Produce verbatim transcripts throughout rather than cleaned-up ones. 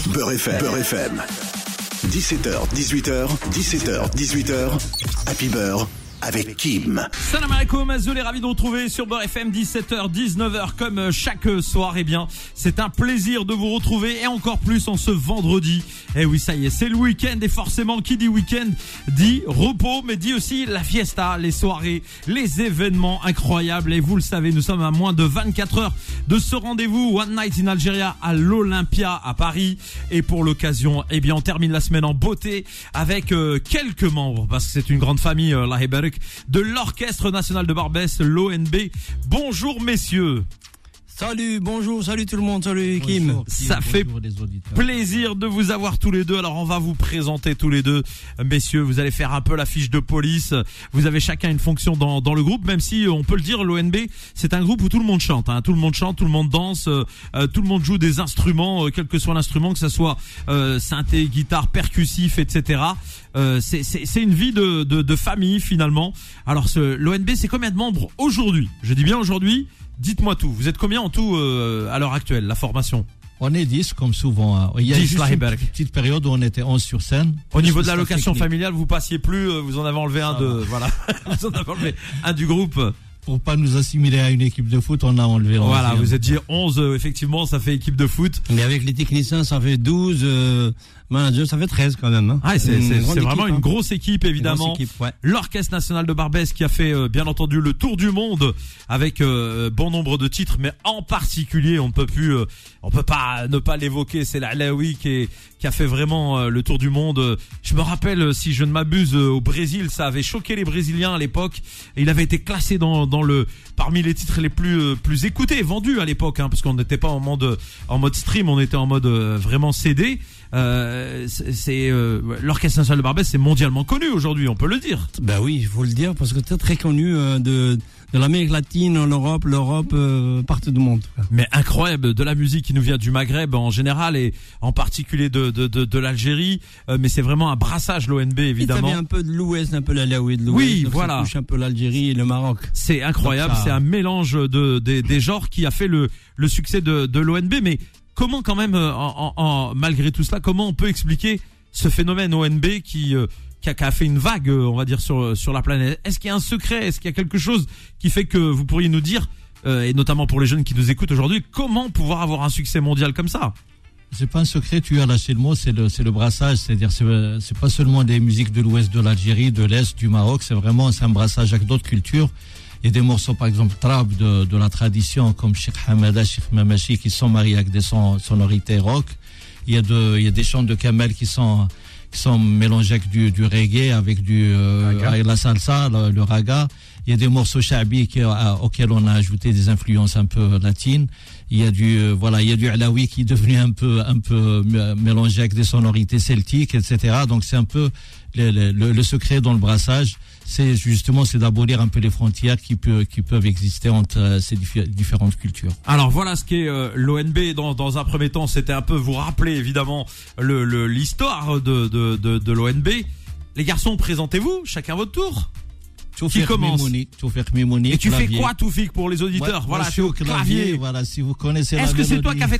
Beurre F M. Beurre F M. dix-sept heures, dix-huit heures, dix-sept heures, dix-huit heures. Happy Beurre avec Kim. Salam alaikum, Azoulé, ravi de vous retrouver sur Beurre F M, dix-sept heures, dix-neuf heures comme chaque soir. Eh bien, c'est un plaisir de vous retrouver et encore plus en ce vendredi. Eh oui, ça y est, c'est le week-end et forcément, qui dit week-end dit repos, mais dit aussi la fiesta, les soirées, les événements incroyables. Et vous le savez, nous sommes à moins de vingt-quatre heures de ce rendez-vous One Night in Algeria à l'Olympia à Paris. Et pour l'occasion, eh bien, on termine la semaine en beauté avec euh, quelques membres, parce que c'est une grande famille, euh, la Heberek, de l'Orchestre National de Barbès, l'O N B. Bonjour messieurs. Salut, bonjour, salut tout le monde, salut Kim. Bonjour, Ça fait plaisir de vous avoir tous les deux. Alors on va vous présenter tous les deux, messieurs. Vous allez faire un peu la fiche de police. Vous avez chacun une fonction dans, dans le groupe, même si on peut le dire, l'O N B, c'est un groupe où tout le monde chante. Hein. Tout le monde chante, tout le monde danse, euh, tout le monde joue des instruments, euh, quel que soit l'instrument, que ce soit euh, synthé, guitare, percussif, et cetera. Euh, c'est, c'est, c'est une vie de, de, de famille finalement. Alors ce, l'O N B, c'est combien de membres aujourd'hui? Je dis bien aujourd'hui. Dites-moi tout. Vous êtes combien en tout euh, à l'heure actuelle, la formation? On est dix comme souvent. Il y a dix, juste une petite période où on était onze sur scène. Au niveau de l'allocation familiale, vous passiez plus, vous en avez enlevé un de, voilà, vous en avez enlevé un du groupe. Pour pas nous assimiler à une équipe de foot, on a enlevé. Voilà, vous êtes dit onze, euh, effectivement, ça fait équipe de foot. Mais avec les techniciens, ça fait douze, euh, managers, ça fait treize quand même. Hein. Ah, c'est, c'est, c'est vraiment équipe, une grosse équipe, évidemment. Grosse équipe, ouais. L'Orchestre National de Barbès qui a fait, euh, bien entendu, le tour du monde avec euh, bon nombre de titres, mais en particulier, on ne peut plus, euh, on peut pas ne pas l'évoquer, c'est l'Alaoui qui est, qui a fait vraiment euh, le tour du monde. Je me rappelle, si je ne m'abuse, euh, au Brésil, ça avait choqué les Brésiliens à l'époque. Et il avait été classé dans, dans le, parmi les titres les plus, euh, plus écoutés, vendus à l'époque, hein, parce qu'on n'était pas en mode, en mode stream, on était en mode euh, vraiment C D. Euh, c'est euh, l'Orchestre National de Barbès, c'est mondialement connu aujourd'hui, on peut le dire. Ben oui, il faut le dire parce que c'est très connu euh, de de l'Amérique latine, en Europe, l'Europe, euh, partout du monde. Mais incroyable, de la musique qui nous vient du Maghreb en général et en particulier de de de, de l'Algérie. Euh, mais c'est vraiment un brassage l'O N B évidemment. Et ça vient un peu de l'Ouest, un peu l'Alaoui de l'Ouest. Oui, donc voilà. Ça touche un peu l'Algérie et le Maroc. C'est incroyable, ça... c'est un mélange de des, des genres qui a fait le le succès de de l'O N B. Mais comment quand même, en, en, en, malgré tout cela, comment on peut expliquer ce phénomène O N B qui, euh, qui, a, qui a fait une vague, on va dire, sur, sur la planète? Est-ce qu'il y a un secret? Est-ce qu'il y a quelque chose qui fait que vous pourriez nous dire, euh, et notamment pour les jeunes qui nous écoutent aujourd'hui, comment pouvoir avoir un succès mondial comme ça? C'est pas un secret, tu as lâché le mot, c'est le, c'est le brassage. C'est-à-dire, c'est, c'est pas seulement des musiques de l'Ouest de l'Algérie, de l'Est, du Maroc, c'est vraiment, c'est un brassage avec d'autres cultures. Il y a des morceaux, par exemple, trap de, de la tradition, comme Cheikh Hamada, Cheikh Mamachi, qui sont mariés avec des son, sonorités rock. Il y a de, il y a des chants de Kamel qui sont, qui sont mélangés avec du, du reggae, avec du, euh, avec la salsa, le, le raga. Il y a des morceaux shabi qui, à, auxquels on a ajouté des influences un peu latines. Il y a du, euh, voilà, il y a du alaoui qui est devenu un peu, un peu mélangé avec des sonorités celtiques, et cetera. Donc c'est un peu le, le, le secret dans le brassage. C'est justement, c'est d'abolir un peu les frontières qui peuvent, qui peuvent exister entre ces diffé- différentes cultures. Alors voilà ce qu'est euh, l'O N B dans, dans un premier temps. C'était un peu vous rappeler évidemment le, le, l'histoire de, de, de, de l'O N B. Les garçons, présentez-vous, chacun votre tour. Qui commence? Toufik Mimouni. Et tu clavier. fais quoi, Toufik, pour les auditeurs? Moi, Voilà, je suis au clavier. clavier. Voilà, si vous connaissez Est-ce la que c'est mélodie. toi qui as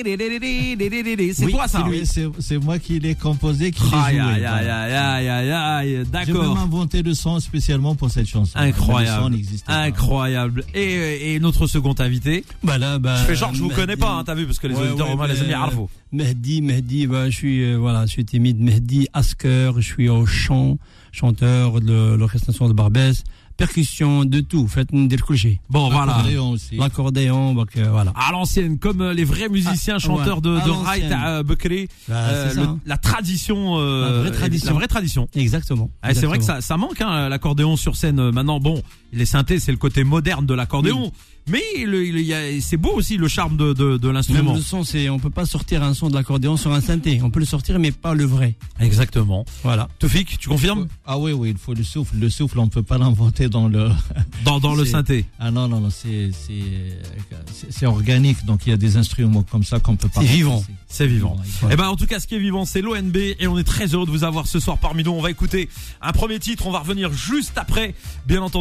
fait? C'est oui, toi ça? Oui, c'est, c'est moi qui l'ai composé, qui l'ai joué. Aïe, aïe, aïe, aïe, aïe, aïe, d'accord. J'ai même inventé le son spécialement pour cette chanson. Incroyable. Incroyable. Et, et notre second invité? Bah là, bah. Je fais genre, je vous connais pas, hein, t'as vu, parce que les ouais, auditeurs, ouais, au moins, les amis, Arvo. Mehdi, Mehdi, bah, je suis, euh, voilà, je suis timide. Mehdi Asker, je suis au chant, chanteur de l'Orchestre National de Barbès. Percussion, de tout, faites une découché. Bon, voilà. L'accordéon aussi. L'accordéon, donc euh, voilà. À l'ancienne, comme euh, les vrais musiciens, ah, chanteurs ouais. de, de Raït à Bekri, bah, euh, le, hein. la tradition, euh, la vraie tradition. La vraie tradition. Exactement. Ah, c'est vrai que ça, ça manque, hein, l'accordéon sur scène. Euh, maintenant, bon, les synthés, c'est le côté moderne de l'accordéon. Oui. Mais le, il y a, c'est beau aussi le charme de, de, de l'instrument. Même le son, c'est, on peut pas sortir un son de l'accordéon sur un synthé. On peut le sortir, mais pas le vrai. Exactement. Voilà. Toufik, tu confirmes? Ah oui, oui, il faut le souffle. Le souffle, on peut pas l'inventer dans le. Dans, dans le synthé. Ah non, non, non, c'est, c'est, c'est, c'est organique. Donc il y a des instruments comme ça qu'on peut pas. C'est vivant. C'est vivant. Et eh ben, en tout cas, ce qui est vivant, c'est l'O N B et on est très heureux de vous avoir ce soir parmi nous. On va écouter un premier titre. On va revenir juste après, bien entendu, hein,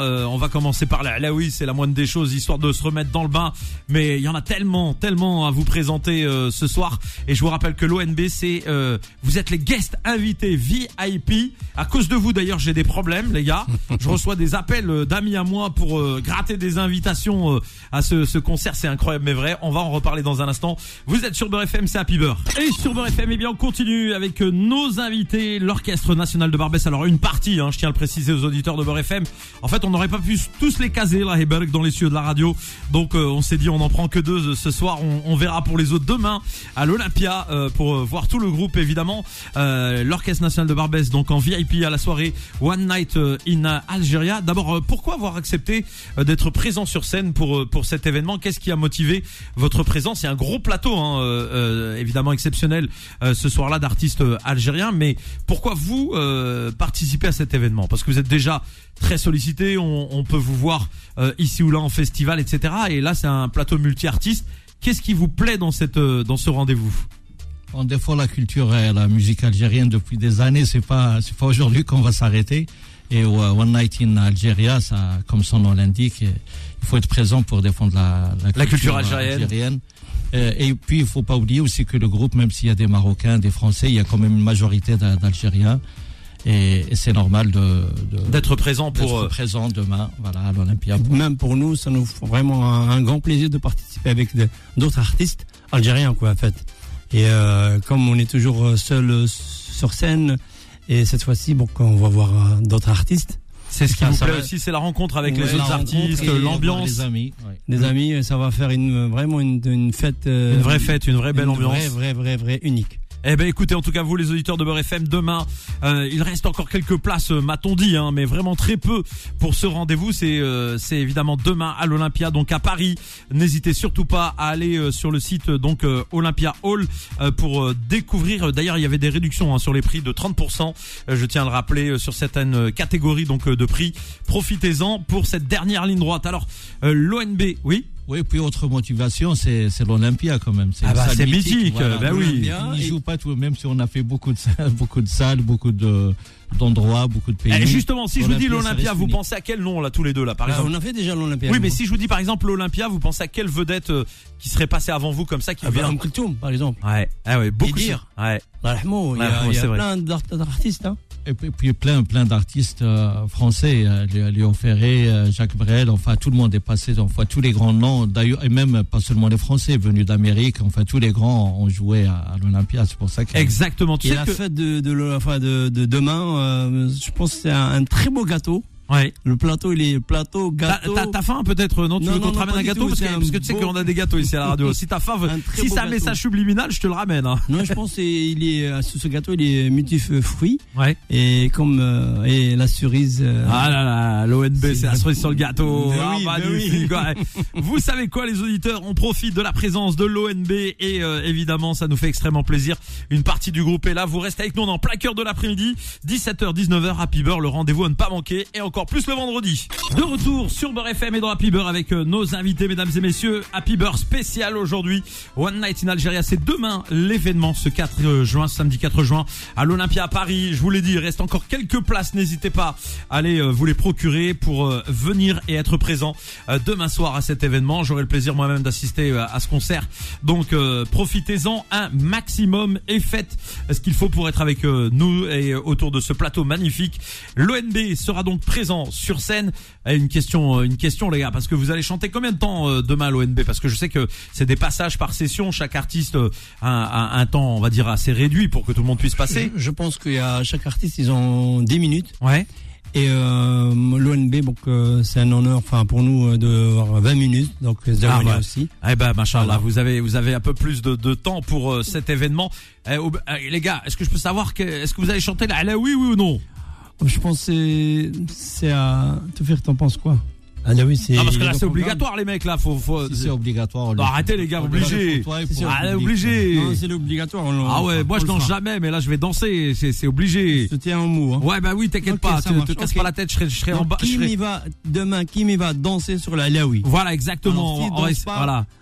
Euh, on va commencer par la Alaoui, c'est la moindre des choses, histoire de se remettre dans le bain. Mais il y en a tellement, tellement à vous présenter euh, ce soir. Et je vous rappelle que l'O N B, c'est euh, vous êtes les guests invités V I P. À cause de vous, d'ailleurs, j'ai des problèmes, les gars. Je reçois des appels d'amis à moi pour euh, gratter des invitations euh, à ce, ce concert. C'est incroyable, mais vrai. On va en reparler dans un instant. Vous êtes sur Beurre F M, c'est Happy Beurre. Et sur Beurre F M, eh bien, on continue avec euh, nos invités, l'Orchestre National de Barbès. Alors, une partie, hein, je tiens à le préciser aux auditeurs de Beurre F M. En fait, on n'aurait pas pu tous les caser, là, Héberg, dans les cieux de la radio. Donc, euh, on s'est dit, on n'en prend que deux ce soir. On, on verra pour les autres demain à l'Olympia euh, pour euh, voir tout le groupe, évidemment. Euh, L'Orchestre National de Barbès, donc en V I P à la soirée One Night in Algeria. D'abord, euh, pourquoi avoir accepté euh, d'être présent sur scène pour euh, pour cet événement? Qu'est-ce qui a motivé votre présence? C'est un gros plateau, hein, euh, euh, évidemment exceptionnel euh, ce soir-là d'artistes euh, algériens. Mais pourquoi vous euh, participez à cet événement? Parce que vous êtes déjà très sollicité, on, on peut vous voir euh, ici ou là en festival, et cetera. Et là, c'est un plateau multi-artistes. Qu'est-ce qui vous plaît dans cette euh, dans ce rendez-vous? On défend la culture et la musique algérienne depuis des années. C'est pas, c'est pas aujourd'hui qu'on va s'arrêter. Et One Night in Algeria, ça, comme son nom l'indique, il faut être présent pour défendre la, la, la culture, culture algérienne. algérienne. Et, et puis, il faut pas oublier aussi que le groupe, même s'il y a des Marocains, des Français, il y a quand même une majorité d'Algériens. Et, et c'est normal de, de d'être présent pour d'être présent demain, voilà, à l'Olympia. Même pour nous, ça nous fait vraiment un, un grand plaisir de participer avec d'autres artistes algériens, quoi, en fait. Et euh, comme on est toujours seul sur scène, et cette fois-ci, bon, on va voir euh, d'autres artistes. C'est ce qui ça, vous plaît va... aussi, c'est la rencontre avec ouais, les autres artistes, l'ambiance, les amis, ouais. les oui. amis, ça va faire une vraiment une, une fête, euh, une vraie fête, une vraie belle une ambiance, vraie, vraie, vraie, vraie unique. Eh ben écoutez, en tout cas vous les auditeurs de Beurre F M, demain euh, il reste encore quelques places, euh, m'a-t-on dit, hein, mais vraiment très peu pour ce rendez-vous. C'est euh, c'est évidemment demain à l'Olympia, donc à Paris. N'hésitez surtout pas à aller euh, sur le site euh, donc euh, Olympia Hall euh, pour euh, découvrir. D'ailleurs il y avait des réductions hein, sur les prix de trente pour cent. Euh, je tiens à le rappeler euh, sur certaines catégories donc euh, de prix. Profitez-en pour cette dernière ligne droite. Alors euh, l'O N B, oui. Oui, puis autre motivation, c'est c'est l'Olympia quand même. C'est ah bah c'est mythique, voilà. Ben oui. On n'y joue pas tout, même si on a fait beaucoup de salles, beaucoup de salles, beaucoup de d'endroits, beaucoup de pays. Et justement, si je vous dis l'Olympia, vous pensez à quel nom là tous les deux là par bah, exemple? On a fait déjà l'Olympia. Oui, mais si je vous dis par exemple l'Olympia, vous pensez à quelle vedette euh, qui serait passée avant vous comme ça qui ah vient? Uncle Toom, par exemple. Ouais, ah ouais, beaucoup. Dire. Ouais. Rahmo, il y a, il y a plein d'artistes, hein. Et puis, puis plein plein d'artistes euh, français, euh, Léon Ferré, euh, Jacques Brel, enfin tout le monde est passé, enfin tous les grands noms, d'ailleurs, et même pas seulement les Français venus d'Amérique, enfin tous les grands ont joué à, à l'Olympia, c'est pour ça que exactement. Tu et sais la que... fête de de, enfin de, de demain, euh, je pense que c'est un, un très beau gâteau. Ouais. Le plateau, il est plateau, gâteau. T'as, t'as faim peut-être? Non, tu non, veux qu'on non, te ramène un gâteau? Parce que, parce que tu sais beau... qu'on a des gâteaux ici à la radio. Si t'as faim, si c'est un message subliminal, je te le ramène. Hein. Non, je pense qu'il est, ce gâteau, il est multi-fruits. Ouais. Et comme, euh, et la cerise. Euh, ah là là, l'O N B, c'est, c'est la cerise sur le gâteau. Ah, oui, magnifique. Oui. Vous savez quoi, les auditeurs? On profite de la présence de l'O N B et, euh, évidemment, ça nous fait extrêmement plaisir. Une partie du groupe est là. Vous restez avec nous, on est en plein cœur de l'après-midi. dix-sept heures, dix-neuf heures, Happy Beurre, le rendez-vous à ne pas manquer. Et encore plus le vendredi. De retour sur Beurre F M et dans Happy Beurre avec euh, nos invités, mesdames et messieurs. Happy Beurre spécial aujourd'hui. One Night in Algeria, c'est demain l'événement, ce quatre juin, samedi quatre juin, à l'Olympia à Paris. Je vous l'ai dit, il reste encore quelques places. N'hésitez pas à aller euh, vous les procurer pour euh, venir et être présent euh, demain soir à cet événement. J'aurai le plaisir moi-même d'assister euh, à ce concert. Donc euh, profitez-en un maximum et faites ce qu'il faut pour être avec euh, nous et euh, autour de ce plateau magnifique. L'O N B sera donc présent sur scène. Une question, une question les gars, parce que vous allez chanter combien de temps euh, demain à l'O N B? Parce que je sais que c'est des passages par session, chaque artiste euh, a un, un temps, on va dire, assez réduit pour que tout le monde puisse passer. Je, je pense qu'il y a chaque artiste, ils ont dix minutes. Ouais. Et euh, l'O N B, donc euh, c'est un honneur, enfin pour nous, de avoir vingt minutes, donc c'est ah bah. aussi. Eh ben, machallah, voilà. vous avez vous avez un peu plus de, de temps pour euh, cet événement. Eh, oh, eh, les gars, est-ce que je peux savoir que est-ce que vous allez chanter la Alaoui, oui ou non? Je pense que c'est, c'est à te faire, t'en penses quoi? Ah là oui, c'est. Ah parce que là c'est obligatoire les mecs là, faut faut. Si c'est obligatoire. Non, arrêtez les gars, obligé. Ah obligé. Non, c'est l'obligatoire. Ah ouais, moi je danse jamais, mais là je vais danser, c'est c'est obligé. C'était un mot. Hein. Ouais bah oui, t'inquiète okay, pas, te, te casse okay. pas la tête, je serai je serai en bas. Qui m'y va demain? Qui m'y va danser sur la Alaoui? Voilà exactement. Alors, si on va, pas, voilà.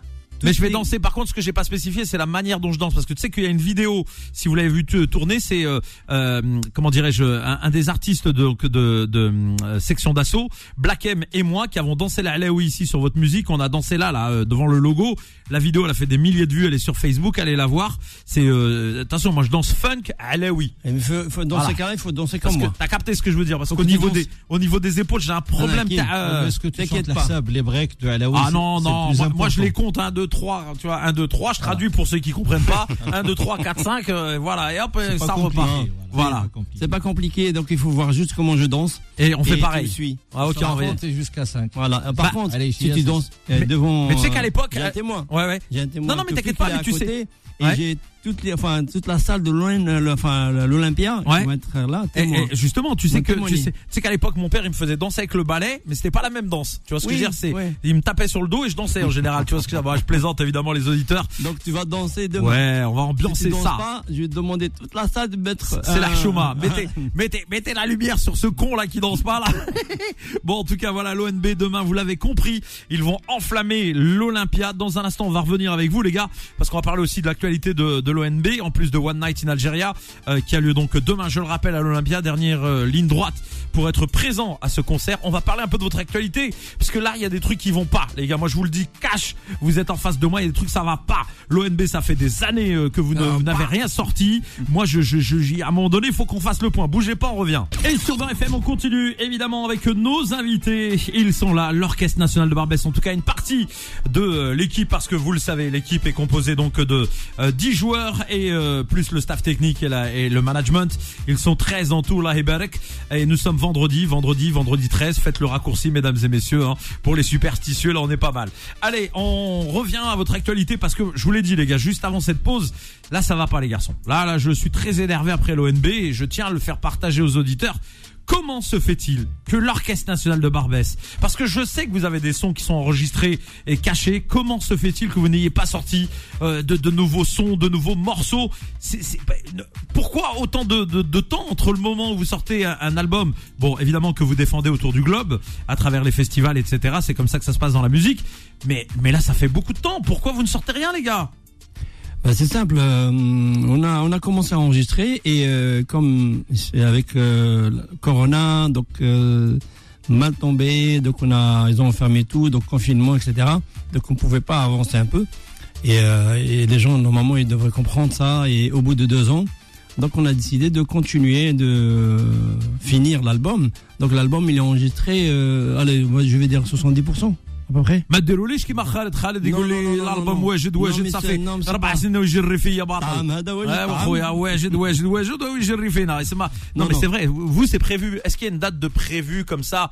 Mais je vais les... danser. Par contre, ce que j'ai pas spécifié, c'est la manière dont je danse, parce que tu sais qu'il y a une vidéo, si vous l'avez vu tourner, c'est euh, euh, comment dirais-je, un, un des artistes de de, de, de euh, section d'assaut, Black M et moi, qui avons dansé la Alaoui ici sur votre musique. On a dansé là, là, euh, devant le logo. La vidéo, elle a fait des milliers de vues. Elle est sur Facebook. Allez la voir. C'est euh, attention, moi je danse funk Alaoui. Il faut, faut dans Voilà. ces cas-là, il faut danser comme Parce que moi. t'as capté ce que je veux dire, parce Faut qu'au que tu niveau danses. des au niveau des épaules, j'ai un problème. Qui- euh, Est-ce que tu t'inquiète chantes pas. la sable, les breaks de Alaoui? Ah c'est- non, c'est le non, plus moi, moi, je important. les compte, un, deux, trois, tu vois, un, deux, trois, je traduis pour ceux qui comprennent pas, un, deux, trois, quatre, cinq, euh, voilà, et hop, C'est pas ça compliqué, repart. Voilà. C'est pas compliqué. C'est pas compliqué, donc il faut voir juste comment je danse. Et on fait Et pareil. tu me suis. Ah, ok, Ça va on va. compter jusqu'à cinq. Voilà. Euh, Par Bah, contre, allez, si ici, tu là, danses euh, Mais- devant. mais tu sais qu'à euh, l'époque, j'ai un euh, témoin. Ouais, ouais. J'ai un témoin. Non, non, mais que t'inquiète Flick, pas, il est mais à tu sais. côté, Ouais. Et j'ai toute les, enfin, toute la salle de l'O- enfin, l'Olympia. Ouais. Qui va être là. Et, témoin. et justement, tu sais Mon que, tu témoigner. sais, tu sais qu'à l'époque, mon père, il me faisait danser avec le ballet, mais c'était pas la même danse. Tu vois ce que Oui, je veux dire? C'est, ouais. il me tapait sur le dos et je dansais en général. Tu vois ce que je veux dire? Bon, je plaisante évidemment les auditeurs. Donc tu vas danser demain. Ouais, on va Si tu ambiancer danses ça. pas, je vais te demander toute la salle de mettre. C'est la un- chôma. Mettez, mettez, mettez la lumière sur ce con là qui danse pas là. Bon, en tout cas, voilà, l'O N B demain, vous l'avez compris, ils vont enflammer l'Olympia. Dans un instant, on va revenir avec vous, les gars, parce qu'on va parler aussi de l'actualité de, de l'O N B, en plus de One Night in Algeria, euh, qui a lieu donc demain, je le rappelle, à l'Olympia, dernière euh, ligne droite pour être présent à ce concert. On va parler un peu de votre actualité, parce que là, il y a des trucs qui vont pas, les gars. Moi, je vous le dis, cash, vous êtes en face de moi, il y a des trucs, ça va pas. L'O N B, ça fait des années euh, que vous ne- vous n'avez rien sorti. Moi, je, je, je, j'y- à un moment donné, il faut qu'on fasse le point. Bougez pas, on revient. Et sur Beurre F M, on continue évidemment avec nos invités. Ils sont là, l'Orchestre National de Barbès. En tout cas, une partie de euh, l'équipe, parce que vous le savez, l'équipe est composée donc de euh, dix joueurs et euh, plus le staff technique et, la, et le management. Ils sont treize en tout, là, et Berek. Et nous sommes vendredi, vendredi, vendredi treize. Faites le raccourci, mesdames et messieurs, hein, pour les superstitieux. Là, on est pas mal. Allez, on revient à votre actualité, parce que je vous l'ai dit, les gars, juste avant cette pause, là, ça va pas, les garçons. Là, là, je suis très énervé après l'O N B et je tiens à le faire partager aux auditeurs. Comment se fait-il que l'Orchestre National de Barbès, parce que je sais que vous avez des sons qui sont enregistrés et cachés, comment se fait-il que vous n'ayez pas sorti euh, de, de nouveaux sons, de nouveaux morceaux? c'est, c'est, Pourquoi autant de, de, de temps entre le moment où vous sortez un, un album, bon, évidemment que vous défendez autour du globe, à travers les festivals, et cetera. C'est comme ça que ça se passe dans la musique. Mais, mais là, ça fait beaucoup de temps. Pourquoi vous ne sortez rien, les gars? Bah, c'est simple, euh, on a on a commencé à enregistrer et euh, comme c'est avec euh, Corona, donc euh, mal tombé, donc on a ils ont fermé tout, donc confinement, et cetera. Donc on pouvait pas avancer un peu et, euh, et les gens normalement ils devraient comprendre ça. Et au bout de deux ans, donc on a décidé de continuer de finir l'album. Donc l'album il est enregistré, euh, allez moi je vais dire soixante-dix pour cent. À peu près. ما تديروليش كيما خالد خالد يقول Non, non, لي non, non, الالبوم non. واجد Non, واجد mais صافي c'est- non, mais c'est ربع pas- سنين ويجري فيا باطل. طعم هذا واجد ايوا طعم. خويا واجد واجد واجد ويجري فينا يسمى. Non Non, mais non. c'est vrai, vous c'est prévu. Est-ce qu'il y a une date de prévu comme ça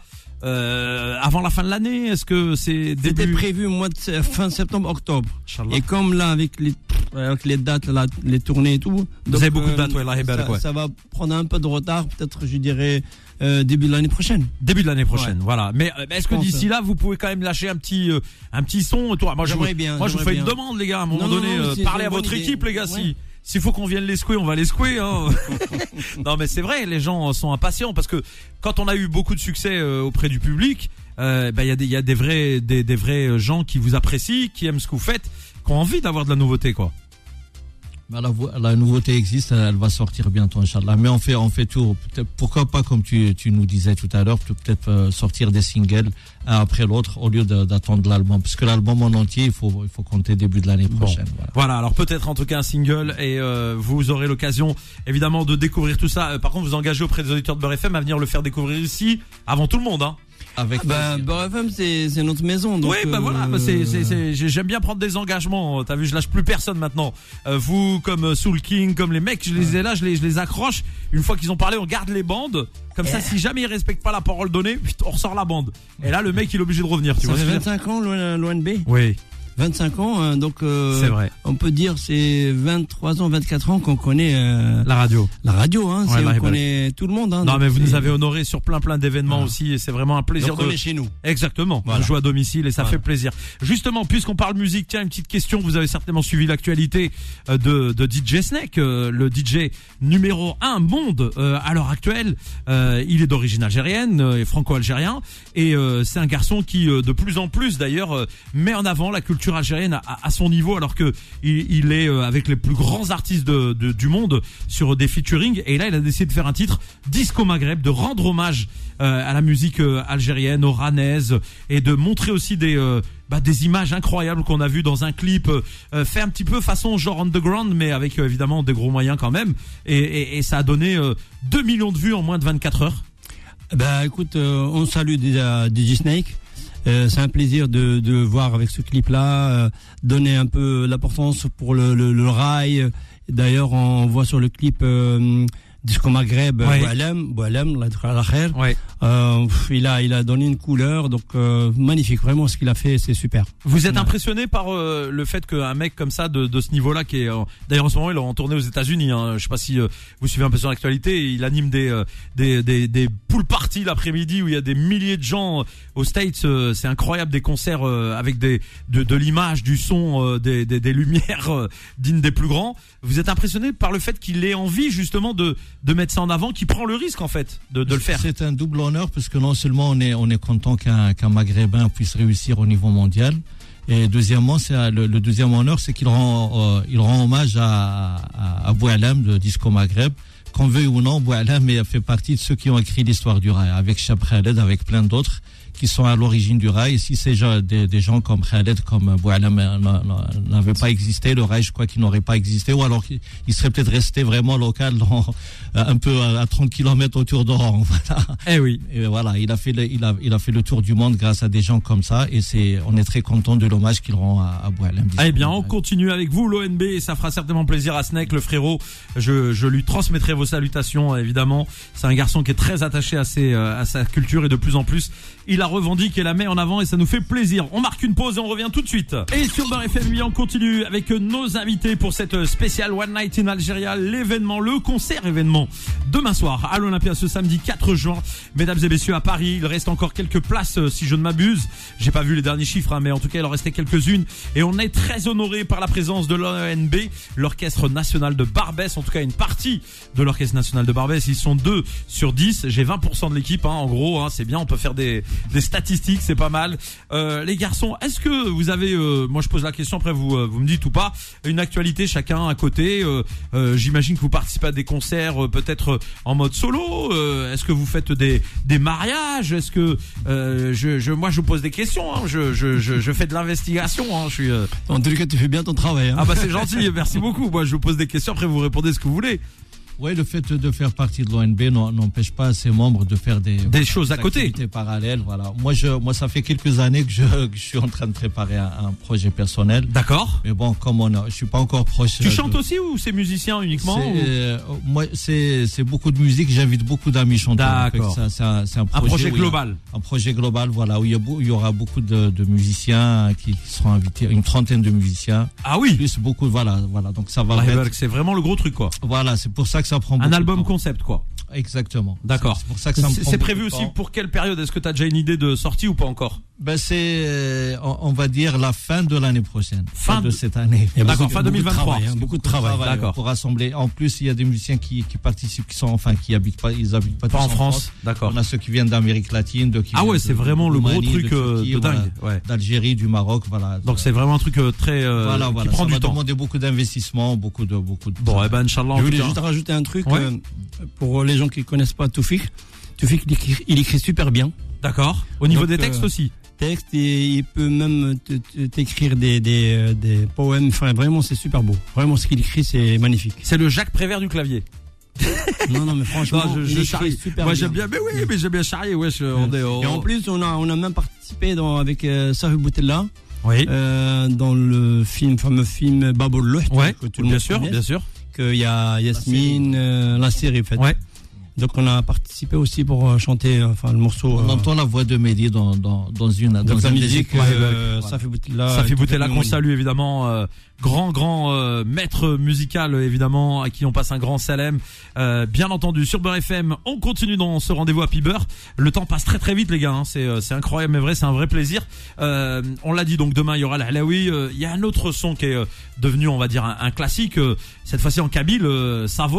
euh, avant la fin de l'année? Est-ce que c'est C'était début prévu au mois de se- fin septembre, octobre. Inch'Allah. Et comme là, avec les, avec les dates, là, les tournées et tout. Vous avez beaucoup de dates, ouais, là, ça, Hébert, ouais. ça va prendre un peu de retard, peut-être, je dirais, euh, début de l'année prochaine. Début de l'année prochaine, Ouais. voilà. Mais euh, est-ce que pense, d'ici là, vous pouvez quand même lâcher un petit, euh, un petit son, toi? Moi, je vous, J'aimerais bien, moi, je vous j'aimerais fais une bien. demande, les gars. À un moment Non, non, donné, non, euh, c'est- parlez c'est à une votre bonne équipe, idée. les gars. Si, Ouais. s'il faut qu'on vienne les secouer, on va les secouer. Hein. Non, mais c'est vrai, les gens sont impatients parce que quand on a eu beaucoup de succès euh, auprès du public, euh, bah, il y a des, il y a des vrais, des, des vrais gens qui vous apprécient, qui aiment ce que vous faites, qui ont envie d'avoir de la nouveauté, quoi. Bah, la, vo- la nouveauté existe, elle va sortir bientôt, Inch'Allah. Mais on fait, on fait tout. Peut-être, pourquoi pas, comme tu, tu nous disais tout à l'heure, peut-être euh, sortir des singles un après l'autre au lieu de- d'attendre l'album. Parce que l'album en entier, il faut, il faut compter début de l'année prochaine. Voilà. Voilà, alors peut-être en tout cas un single et euh, vous aurez l'occasion évidemment de découvrir tout ça. Euh, par contre, vous engagez auprès des auditeurs de Beurre F M à venir le faire découvrir ici avant tout le monde, hein. Avec Bah, Beurre F M, c'est, c'est notre maison. Donc, Oui, bah euh, voilà, bah c'est, c'est, c'est, j'ai- j'aime bien prendre des engagements. T'as vu, je lâche plus personne maintenant. Euh, vous, comme euh, Soul King, comme les mecs, je les ai là, je les, je les accroche. Une fois qu'ils ont parlé, on garde les bandes. Comme ça, si jamais ils respectent pas la parole donnée, putain, on ressort la bande. Et là, le mec, il est obligé de revenir. Tu Ça vois fait ce que je veux dire? vingt-cinq ans, l'O N B. Oui, vingt-cinq ans, hein, donc, euh, c'est vrai. on peut dire c'est vingt-trois ans, vingt-quatre ans qu'on connaît euh, La radio. la radio, hein, Ouais, c'est, la on radio. connaît tout le monde. Hein, Non, donc mais vous c'est- nous avez honoré sur plein plein d'événements Voilà. aussi, et c'est vraiment un plaisir donc de. on est chez nous. Exactement. Voilà. On joue à domicile et ça Voilà. fait plaisir. Justement, puisqu'on parle musique, tiens, une petite question. Vous avez certainement suivi l'actualité euh, de, de D J Snake, euh, le D J numéro un monde euh, à l'heure actuelle. Euh, il est d'origine algérienne euh, et franco-algérien. Et euh, c'est un garçon qui, euh, de plus en plus d'ailleurs, euh, met en avant la culture culture algérienne à, à son niveau, alors que il, il est avec les plus grands artistes de, de, du monde sur des featuring. Et là, il a décidé de faire un titre Disco Maghreb, de rendre hommage euh, à la musique euh, algérienne, aux Ranaises, et de montrer aussi des euh, bah, des images incroyables qu'on a vues dans un clip euh, fait un petit peu façon genre underground, mais avec euh, évidemment des gros moyens quand même. Et, et, et ça a donné euh, deux millions de vues en moins de vingt-quatre heures. Bah écoute, euh, on salue déjà D J Snake. Euh, c'est un plaisir de, de voir avec ce clip-là, euh, donner un peu l'importance pour le, le, le rail. D'ailleurs, on voit sur le clip euh, Disco Maghreb, ouais. Boualem, Boualem, la khair. Ouais. Euh, il a, il a donné une couleur, donc euh, magnifique. Vraiment, ce qu'il a fait, c'est super. Vous êtes ouais. impressionné par euh, le fait qu'un mec comme ça, de, de ce niveau-là, qui est euh, d'ailleurs en ce moment, il est en tournée aux États-Unis. Hein, je sais pas si euh, vous suivez un peu son actualité. Il anime des euh, des des, des pool parties l'après-midi où il y a des milliers de gens euh, aux States. Euh, c'est incroyable, des concerts euh, avec des de, de l'image, du son, euh, des, des des lumières euh, dignes des plus grands. Vous êtes impressionné par le fait qu'il ait envie justement de de mettre ça en avant, qu'il prend le risque en fait de de le faire. C'est un double honneur parce que non seulement on est on est content qu'un qu'un Maghrébin puisse réussir au niveau mondial, et deuxièmement c'est le, le deuxième honneur, c'est qu'il rend euh, il rend hommage à à, à Boualem de Disco Maghreb. Qu'on veuille ou non, Boualem fait partie de ceux qui ont écrit l'histoire du rail, avec Cheb Khaled, avec plein d'autres qui sont à l'origine du rail. Et si ces gens, des, des gens comme Khaled, comme Boualem n'avaient pas existé, le rail, je crois qu'il n'aurait pas existé, ou alors il serait peut-être resté vraiment local, dans, un peu à, à trente kilomètres autour d'Oran. Voilà. Eh oui. Et voilà, il a fait le, il a, il a fait le tour du monde grâce à des gens comme ça, et c'est, on est très content de l'hommage qu'il rend à, à Boualem. Eh bien, on continue avec vous, l'O N B, et ça fera certainement plaisir à Snake, le frérot. Je, je lui transmettrai vos salutations, évidemment. C'est un garçon qui est très attaché à ses, à sa culture, et de plus en plus, il la revendique et la met en avant, et ça nous fait plaisir. On marque une pause et on revient tout de suite. Et sur Beurre F M, on continue avec nos invités pour cette spéciale One Night in Algeria, l'événement, le concert événement demain soir à l'Olympia, ce samedi quatre juin. Mesdames et messieurs, à Paris, il reste encore quelques places si je ne m'abuse. J'ai pas vu les derniers chiffres, hein, mais en tout cas il en restait quelques-unes, et on est très honoré par la présence de l'O N B, l'Orchestre National de Barbès, en tout cas une partie de l'Orchestre National de Barbès. Ils sont deux sur dix, j'ai vingt pour cent de l'équipe, hein, en gros, hein, c'est bien, on peut faire des, des statistiques, c'est pas mal. Euh, les garçons, est-ce que vous avez, euh, moi je pose la question, après vous, euh, vous me dites ou pas, une actualité chacun à côté, euh, euh, j'imagine que vous participez à des concerts, euh, peut-être en mode solo, euh, est-ce que vous faites des, des mariages, est-ce que, euh, je, je, moi je vous pose des questions, hein, je, je, je, je fais de l'investigation, hein, je suis, euh... En tout cas, tu fais bien ton travail, hein. Ah bah c'est gentil, merci beaucoup, moi je vous pose des questions, après vous répondez ce que vous voulez. Oui, le fait de faire partie de l'O N B n'empêche pas ses membres de faire des, des voilà, choses des à côté, activités parallèles. Voilà. Moi, je, moi, ça fait quelques années que je, que je suis en train de préparer un, un projet personnel. D'accord. Mais bon, comme on a, je suis pas encore proche. Tu de, chantes aussi ou c'est musicien uniquement c'est, ou... euh, Moi, c'est, c'est beaucoup de musique. J'invite beaucoup d'amis chanteurs. D'accord. Ça, c'est un, c'est un projet, un projet global. A, un projet global, voilà, où il y, a, il y aura beaucoup de, de musiciens qui, qui seront invités, une trentaine de musiciens. Ah oui. Plus beaucoup, voilà, voilà. Donc ça va. Être... C'est vraiment le gros truc, quoi. Voilà, c'est pour ça que ça prend beaucoup un album de temps. Concept, quoi. Exactement. D'accord. C'est pour ça que ça me prend C'est prévu beaucoup de aussi temps. pour quelle période? Est-ce que tu as déjà une idée de sortie ou pas encore? Ben c'est, euh, on, on va dire la fin de l'année prochaine. Fin Fin de de cette année. D'accord, fin deux mille vingt-trois. Beaucoup de travail, hein, beaucoup de travail. Travail, D'accord. Pour rassembler. En plus, il y a des musiciens qui, qui participent, qui sont, enfin, qui habitent pas, ils habitent pas, Pas tous en France. D'accord. On a ceux qui viennent d'Amérique latine, de qui Ah ouais, viennent c'est de- vraiment de le gros Roumanie, truc euh, Turquie, de dingue. voilà, Ouais. d'Algérie, du Maroc, voilà. Donc c'est vraiment un truc euh, très euh, voilà, qui voilà. prend Ça du va temps. demander beaucoup d'investissement, beaucoup de, beaucoup de. Bon, eh ben Inch'Allah. en Je tout voulais cas. juste rajouter un truc, Ouais. euh, pour les gens qui connaissent pas Toufik. Toufik, il écrit, il écrit super bien. D'accord. Au niveau Donc, des textes euh, aussi. Texte, et il peut même te- te- t'écrire des, des, euh, des poèmes. Enfin, vraiment, c'est super beau. Vraiment, ce qu'il écrit, c'est magnifique. C'est le Jacques Prévert du clavier. Non, non, mais franchement, Non, je, il je écrit charrie. super Moi bien. j'aime bien, mais oui, mais j'aime bien charrier. Ouais, je- on est. on- Et en plus, on a, on a même participé dans, avec euh, Safi Boutella, oui. euh, dans le film, fameux film Babou Louh, Ouais. que tout le Bien monde sûr, connaît, bien sûr. qu'il y a Yasmine, euh, la série, en fait. Ouais. Donc, on a participé aussi pour euh, chanter, enfin, le morceau. On euh, entend la voix de Mehdi dans, dans, dans une, dans donc, la un des musique, épisodes. euh, Voilà. Safi Boutella. Safi qui Boutella fait qu'on le salue évidemment, euh, grand grand euh, maître musical euh, évidemment, à qui on passe un grand salam, euh, bien entendu. Sur Beurre F M, on continue dans ce rendez-vous Happy Beurre. Le temps passe très très vite les gars, hein. c'est euh, c'est incroyable mais vrai, c'est un vrai plaisir. Euh, on l'a dit, donc demain il y aura l'Alaoui. Il euh, y a un autre son qui est euh, devenu on va dire un, un classique, euh, cette fois-ci en kabyle, euh, Savon.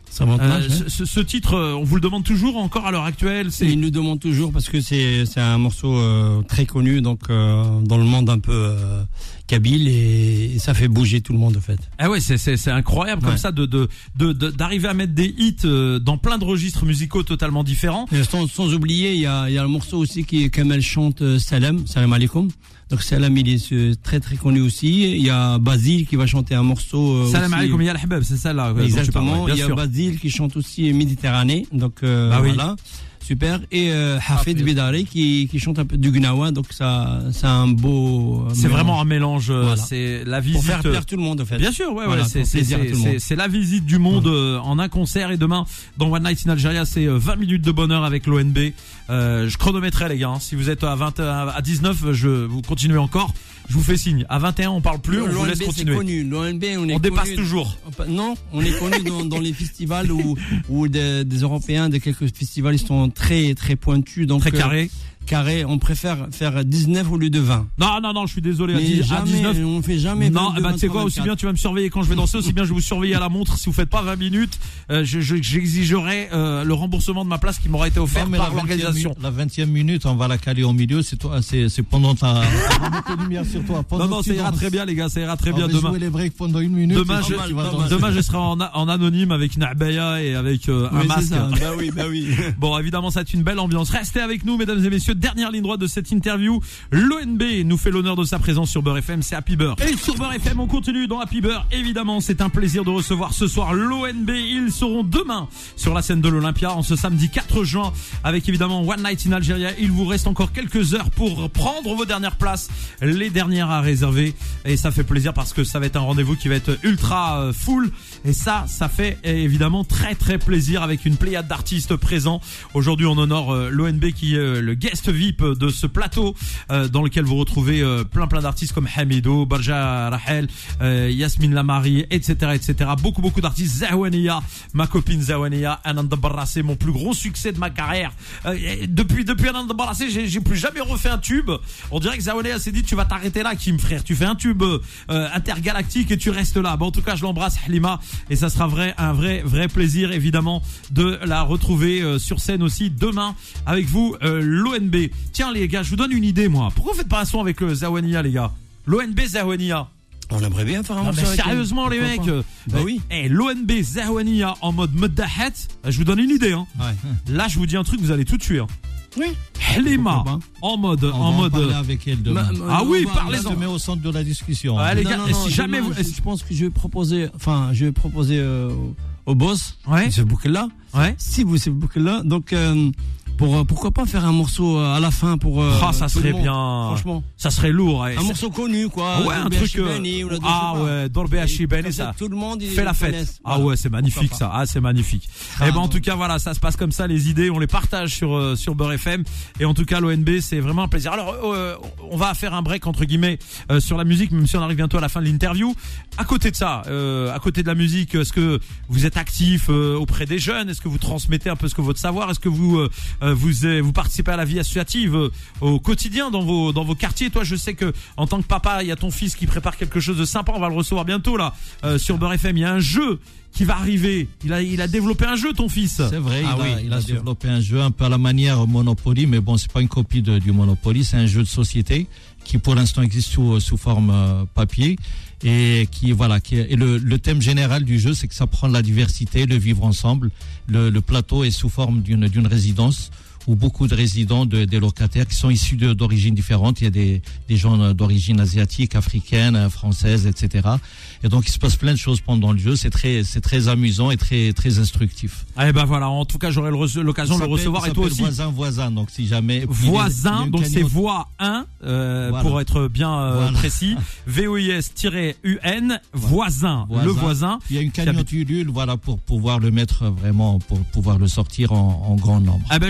Ça monte Euh, ce, ce, ce titre, euh, on vous le demande toujours encore à l'heure actuelle. C'est... Il nous demande toujours parce que c'est c'est un morceau euh, très connu donc euh, dans le monde un peu euh, kabyle et, et ça fait bouger tout le monde en fait. Ah ouais, c'est c'est c'est incroyable comme Ouais. ça de de de de- d'arriver à mettre des hits euh, dans plein de registres musicaux totalement différents. Et sans, sans oublier, il y a, il y a le morceau aussi qui Kamel chante euh, Salam, Salam alaikum. Donc Salam, il est euh, très très connu aussi. Il y a Basile qui va chanter un morceau. Euh, Salam aussi, alaikum ya al-habab, c'est ça là. euh, dont tu parles, Exactement. ouais, Il bien y a sûr. Basile qui chante aussi Méditerranée. Donc euh, Bah oui. voilà. Super. Et euh, Hafid Bidari qui, qui chante un peu du Gnawa. Donc ça, c'est un beau. C'est mélange. vraiment un mélange. euh, Voilà. C'est la Pour visite. faire plaire tout le monde en fait. Bien sûr, ouais, Voilà, ouais, c'est pour c'est plaisir à c'est tout le monde. c'est c'est la visite du monde euh, en un concert et demain dans One Night in Algeria, c'est euh, vingt minutes de bonheur avec l'O N B. Euh, je chronométrerai les gars. Hein. Si vous êtes à vingt à dix-neuf, je vous continuez encore. Je vous fais signe. À vingt et un, on parle plus, on vous laisse L'O N B, c'est continuer. connu. L'O N B, on est On dépasse connu- toujours. Non, on est connu dans, dans les festivals où, où des, des Européens, de quelques festivals, ils sont très très pointus. Donc, Très euh, carré. carré, on préfère faire dix-neuf au lieu de vingt. Non, non, non, je suis désolé. À Mais dix- à jamais, dix-neuf. on fait jamais Non, vingt-deux, bah tu sais quoi, vingt-trois, aussi bien tu vas me surveiller quand je vais danser, aussi bien je vais vous surveiller à la montre. Si vous faites pas vingt minutes, euh, je, je- j'exigerai euh, le remboursement de ma place qui m'aura été offert Non, mais par la vingtième l'organisation. minute- La vingtième minute, on va la caler au milieu. C'est toi, c'est c'est pendant ta. On va mettre les lumières sur toi. Pendant Non, non, que ça tu ira danses. très bien, les gars, ça ira très On bien va demain. jouer les breaks pendant une minute. Demain, et je, tu vas pas danser. demain, je serai en, en anonyme avec une abaya et avec euh, un Oui, c'est masque. ça. Bah oui, bah oui. Bon, évidemment, ça va être une belle ambiance. Restez avec nous, mesdames et messieurs. Dernière ligne droite de cette interview. L'O N B nous fait l'honneur de sa présence sur Beurre F M. C'est Happy Beurre. Et sur Beurre F M, on continue dans Happy Beurre. Évidemment, c'est un plaisir de recevoir ce soir l'O N B. Ils seront demain sur la scène de l'Olympia en ce samedi quatre juin avec évidemment One Night in Algeria. Il vous reste encore quelques heures pour prendre vos dernières places, les dernières à réserver. Et ça fait plaisir parce que ça va être un rendez-vous qui va être ultra euh, full. Et ça, ça fait évidemment très très plaisir avec une pléiade d'artistes présents. Aujourd'hui, on honore euh, l'O N B qui est euh, le guest V I P de ce plateau euh, dans lequel vous retrouvez euh, plein plein d'artistes comme Hamido, Barja Rahel, euh, Yasmine Lamari, et cetera, et cetera. Beaucoup beaucoup d'artistes. Zawania, ma copine Zawania, Ananda Barrassé, mon plus gros succès de ma carrière. Euh, depuis depuis Ananda Barrassé, j'ai, j'ai plus jamais refait un tube. On dirait que Zawania s'est dit tu vas t'arrêter là, Kim frère. Tu fais un tube euh, intergalactique et tu restes là. Bon, en tout cas, je l'embrasse, Halima, et ça sera vrai un vrai vrai plaisir évidemment de la retrouver euh, sur scène aussi demain avec vous, euh, l'O N B. Tiens les gars, je vous donne une idée moi. Pourquoi vous faites pas un son avec euh, Zawania les gars? L'O N B Zawania. On aimerait bien faire un Non, morceau mais avec sérieusement elle. les mecs, Pourquoi euh, pas Bah euh, oui. eh, l'O N B Zawania en mode Meddahet, euh, je vous donne une idée hein. Ouais. Là je vous dis un truc, vous allez tout tuer hein. Oui. Halima Pourquoi pas en mode On en va en mode parler avec elle demain. Ma- Ah on oui, va- parlez-en. Je te mets au centre de la discussion. Ouais, les Non, gars, non, et non, si jamais demain, vous je, je pense que je vais proposer, enfin, je vais proposer euh, au- au boss, Ouais. ce bouquet-là. ouais. Si vous ce bouquet-là, donc euh, pour euh, pourquoi pas faire un morceau euh, à la fin pour. euh, Ah, ça tout le serait monde, bien. Franchement, Ça serait lourd. Ouais. un morceau connu quoi. Ouais, un Dorbe truc. euh, Hachibani ou la- je sais ah pas. ouais, Dorbe Hachibani, Comme ça. Tout le monde il Fait la le fête. connaisse. Ah Voilà. ouais, c'est magnifique Pourquoi ça. Ah, c'est magnifique. Ah, et ben en non. tout cas voilà, ça se passe comme ça, les idées, on les partage sur euh, sur Beurre F M. Et en tout cas l'O N B, c'est vraiment un plaisir. Alors euh, on va faire un break entre guillemets euh, sur la musique, même si on arrive bientôt à la fin de l'interview. À côté de ça, euh, à côté de la musique, est-ce que vous êtes actif euh, auprès des jeunes? Est-ce que vous transmettez un peu ce que votre savoir? Est-ce que vous euh, euh, vous euh, vous participez à la vie associative euh, au quotidien dans vos dans vos quartiers? Toi, je sais que en tant que papa, il y a ton fils qui prépare quelque chose de sympa. On va le recevoir bientôt là euh, sur Beurre F M. Il y a un jeu qui va arriver. Il a il a développé un jeu, ton fils. C'est vrai, Ah il oui, a, il bien a sûr. développé un jeu un peu à la manière Monopoly, mais bon, c'est pas une copie de, du Monopoly, c'est un jeu de société qui pour l'instant existe sous, sous forme euh, papier et qui voilà qui est, et le, le thème général du jeu, c'est que ça prend la diversité, le vivre ensemble. Le, le plateau est sous forme d'une d'une résidence où beaucoup de résidents, de, des locataires qui sont issus de- d'origines différentes. Il y a des, des gens d'origine asiatique, africaine, française, et cetera. Et donc il se passe plein de choses pendant le jeu. C'est très, c'est très amusant et très, très instructif. Eh ben voilà. En tout cas, j'aurai le rece- l'occasion de le Ça s'appelle- recevoir ça et toi s'appelle aussi. Voisin, voisin. Donc si jamais il y a Voisin, une donc c'est cagnotte. voix un euh, Voilà. pour être bien euh, Voilà. précis. V O I S-U N, voisin, Voisin. le voisin. Il y a une qui habite- cagnotte Ulule, voilà, pour pouvoir le mettre vraiment, pour pouvoir le sortir en, en grand nombre. Ah ben justement,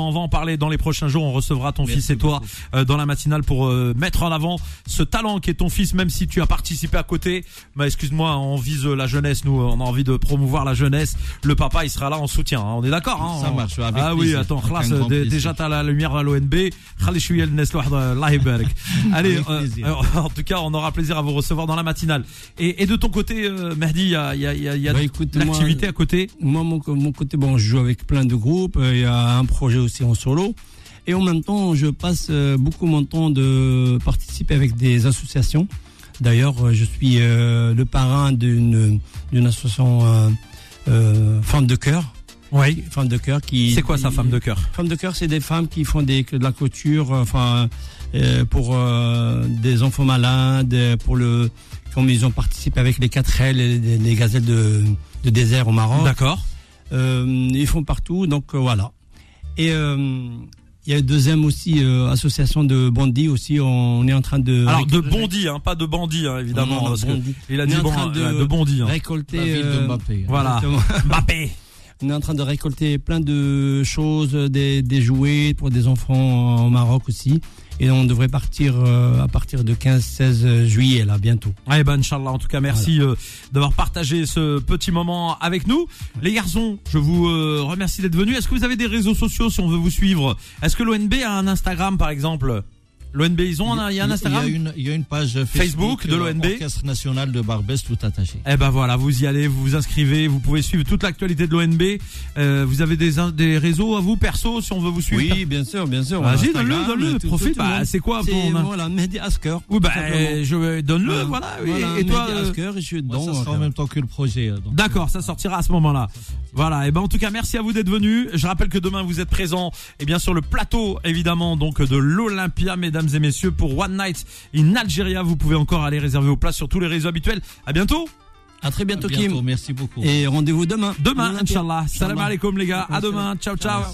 évidemment, on va en parler dans les prochains jours. On recevra ton Merci fils et toi beaucoup. euh, dans la matinale pour euh, mettre en avant ce talent qui est ton fils, même si tu as participé à côté. Mais excuse-moi, on vise la jeunesse, nous, on a envie de promouvoir la jeunesse. Le papa, il sera là en soutien. Hein. On est d'accord, hein. Ça marche, avec Ah oui, plaisir, attends, avec khlas, un grand dé- plaisir. déjà t'as la lumière à l'O N B. Khali chouïa le Neslo, Allah ybarak. Allez, Avec euh, plaisir. euh, en tout cas, on aura plaisir à vous recevoir dans la matinale. Et, et de ton côté, euh, Mehdi, il y a, il y a, il y a, il y a Bah, écoute, l'activité moi- à côté. Moi, mon, mon côté, bon, je joue avec plein de groupes. euh, Il y a un projet aussi en solo. Et en même temps, je passe euh, beaucoup mon temps de participer avec des associations. D'ailleurs, euh, je suis euh, le parrain d'une d'une association euh, euh, Femmes de cœur. Oui. Femmes de cœur qui. C'est quoi ça, qui- femme de cœur? Femmes de cœur, c'est des femmes qui font des, de la couture, euh, enfin, euh, pour euh, des enfants malades, euh, pour le, comme ils ont participé avec les quatre ailes, et les, les gazelles de, de désert au Maroc. D'accord. Euh, ils font partout, donc euh, voilà. Et euh, il y a une deuxième aussi euh, association de bandits aussi. On est en train de Alors de récol- Bondy, hein, pas de bandit, hein, évidemment, Non, non, parce que Bondy. il a On dit est en bon, train de- euh, de Bondy. Hein. récolter. La ville de euh, Mbappé. Voilà. exactement. Mbappé. On est en train de récolter plein de choses, des, des jouets pour des enfants au Maroc aussi. Et on devrait partir euh, à partir de quinze seize juillet, là, bientôt. Eh ben, Inch'Allah, en tout cas, merci euh, d'avoir partagé ce petit moment avec nous. Les garçons, je vous euh, remercie d'être venus. Est-ce que vous avez des réseaux sociaux si on veut vous suivre? Est-ce que l'O N B a un Instagram, par exemple? L'O N B, ils ont un, il y a un Instagram? Il y a une, il y a une page Facebook, Facebook de l'O N B. euh, Orchestre National de Barbès, tout attaché. Eh ben voilà, vous y allez, vous vous inscrivez, vous pouvez suivre toute l'actualité de l'O N B. Euh, vous avez des, des réseaux à vous, perso, si on veut vous suivre? Oui, bien sûr, bien sûr. Vas-y, Instagram, donne-le, donne-le, tout- profite. tout le Bah, monde. c'est quoi C'est, ton- voilà, Mehdi Asker. Oui, bah, tout simplement. euh, je donne-le, voilà. Et- Voilà, et, toi, Mehdi euh, Asker, et je suis Moi, dedans. ça sera en euh, même temps que le projet. euh, donc. D'accord, ça sortira à ce moment-là. Voilà. Et ben en tout cas, merci à vous d'être venus. Je rappelle que demain vous êtes présents, et bien sur le plateau évidemment donc de l'Olympia, mesdames et messieurs, pour One Night in Algeria. Vous pouvez encore aller réserver vos places sur tous les réseaux habituels. À bientôt. À très bientôt, À bientôt, Kim. merci beaucoup. Et rendez-vous demain. Demain, L'Olympia. Inch'Allah. Salam alaikum les gars. À demain. Ciao, ciao.